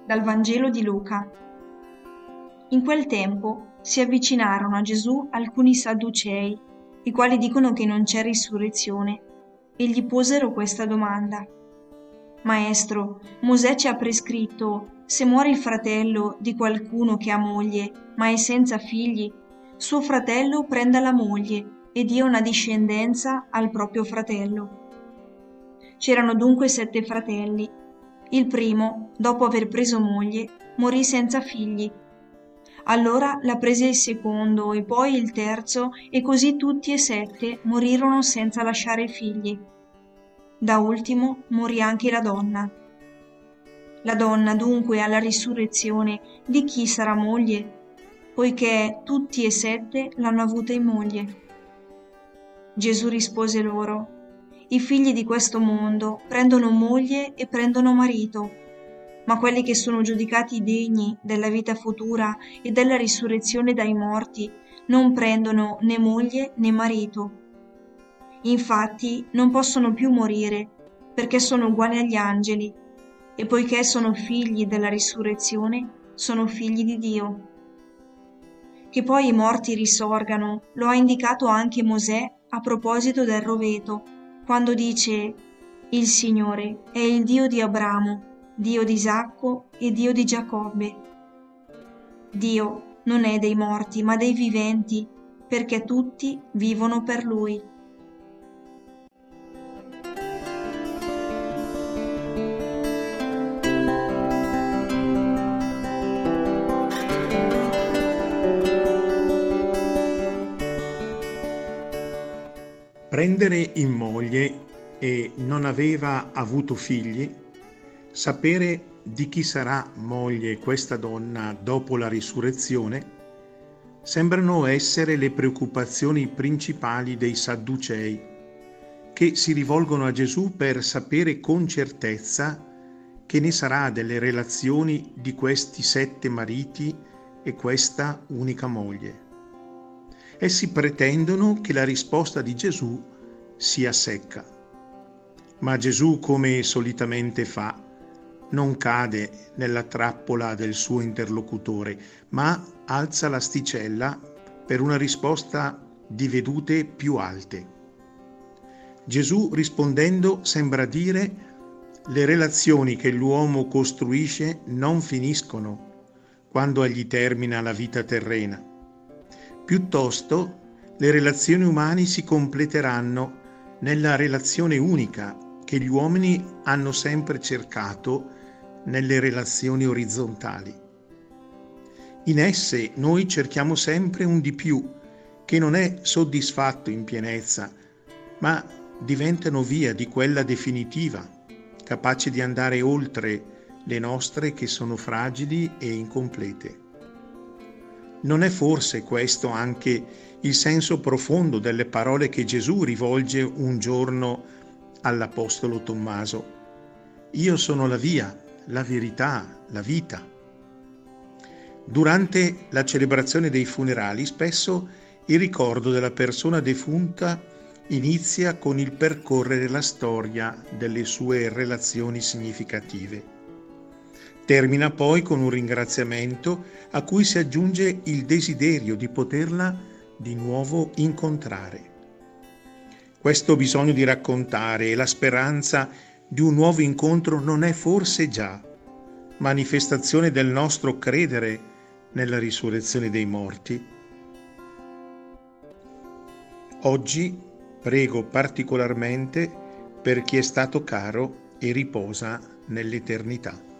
Dal Vangelo di Luca. In quel tempo si avvicinarono a Gesù alcuni Sadducei, i quali dicono che non c'è risurrezione, e gli posero questa domanda. Maestro, Mosè ci ha prescritto, se muore il fratello di qualcuno che ha moglie, ma è senza figli, suo fratello prenda la moglie e dia una discendenza al proprio fratello. C'erano dunque 7 fratelli. Il primo, dopo aver preso moglie, morì senza figli. Allora la prese il secondo e poi il terzo, e così tutti e 7 morirono senza lasciare figli. Da ultimo morì anche la donna. La donna dunque alla risurrezione di chi sarà moglie? Poiché tutti e 7 l'hanno avuta in moglie. Gesù rispose loro: i figli di questo mondo prendono moglie e prendono marito, ma quelli che sono giudicati degni della vita futura e della risurrezione dai morti non prendono né moglie né marito. Infatti non possono più morire, perché sono uguali agli angeli, e poiché sono figli della risurrezione, sono figli di Dio. Che poi i morti risorgano lo ha indicato anche Mosè a proposito del roveto, quando dice: il Signore è il Dio di Abramo, Dio di Isacco e Dio di Giacobbe. Dio non è dei morti, ma dei viventi, perché tutti vivono per Lui. Prendere in moglie e non aveva avuto figli, sapere di chi sarà moglie questa donna dopo la risurrezione, sembrano essere le preoccupazioni principali dei Sadducei, che si rivolgono a Gesù per sapere con certezza che ne sarà delle relazioni di questi 7 mariti e questa unica moglie. Essi pretendono che la risposta di Gesù sia secca. Ma Gesù, come solitamente fa, non cade nella trappola del suo interlocutore, ma alza l'asticella per una risposta di vedute più alte. Gesù, rispondendo, sembra dire: le relazioni che l'uomo costruisce non finiscono quando egli termina la vita terrena. Piuttosto, le relazioni umane si completeranno nella relazione unica che gli uomini hanno sempre cercato nelle relazioni orizzontali. In esse noi cerchiamo sempre un di più che non è soddisfatto in pienezza, ma diventano via di quella definitiva, capace di andare oltre le nostre che sono fragili e incomplete. Non è forse questo anche il senso profondo delle parole che Gesù rivolge un giorno all'Apostolo Tommaso? Io sono la via, la verità, la vita. Durante la celebrazione dei funerali, spesso il ricordo della persona defunta inizia con il percorrere la storia delle sue relazioni significative. Termina poi con un ringraziamento a cui si aggiunge il desiderio di poterla di nuovo incontrare. Questo bisogno di raccontare e la speranza di un nuovo incontro non è forse già manifestazione del nostro credere nella risurrezione dei morti? Oggi prego particolarmente per chi è stato caro e riposa nell'eternità.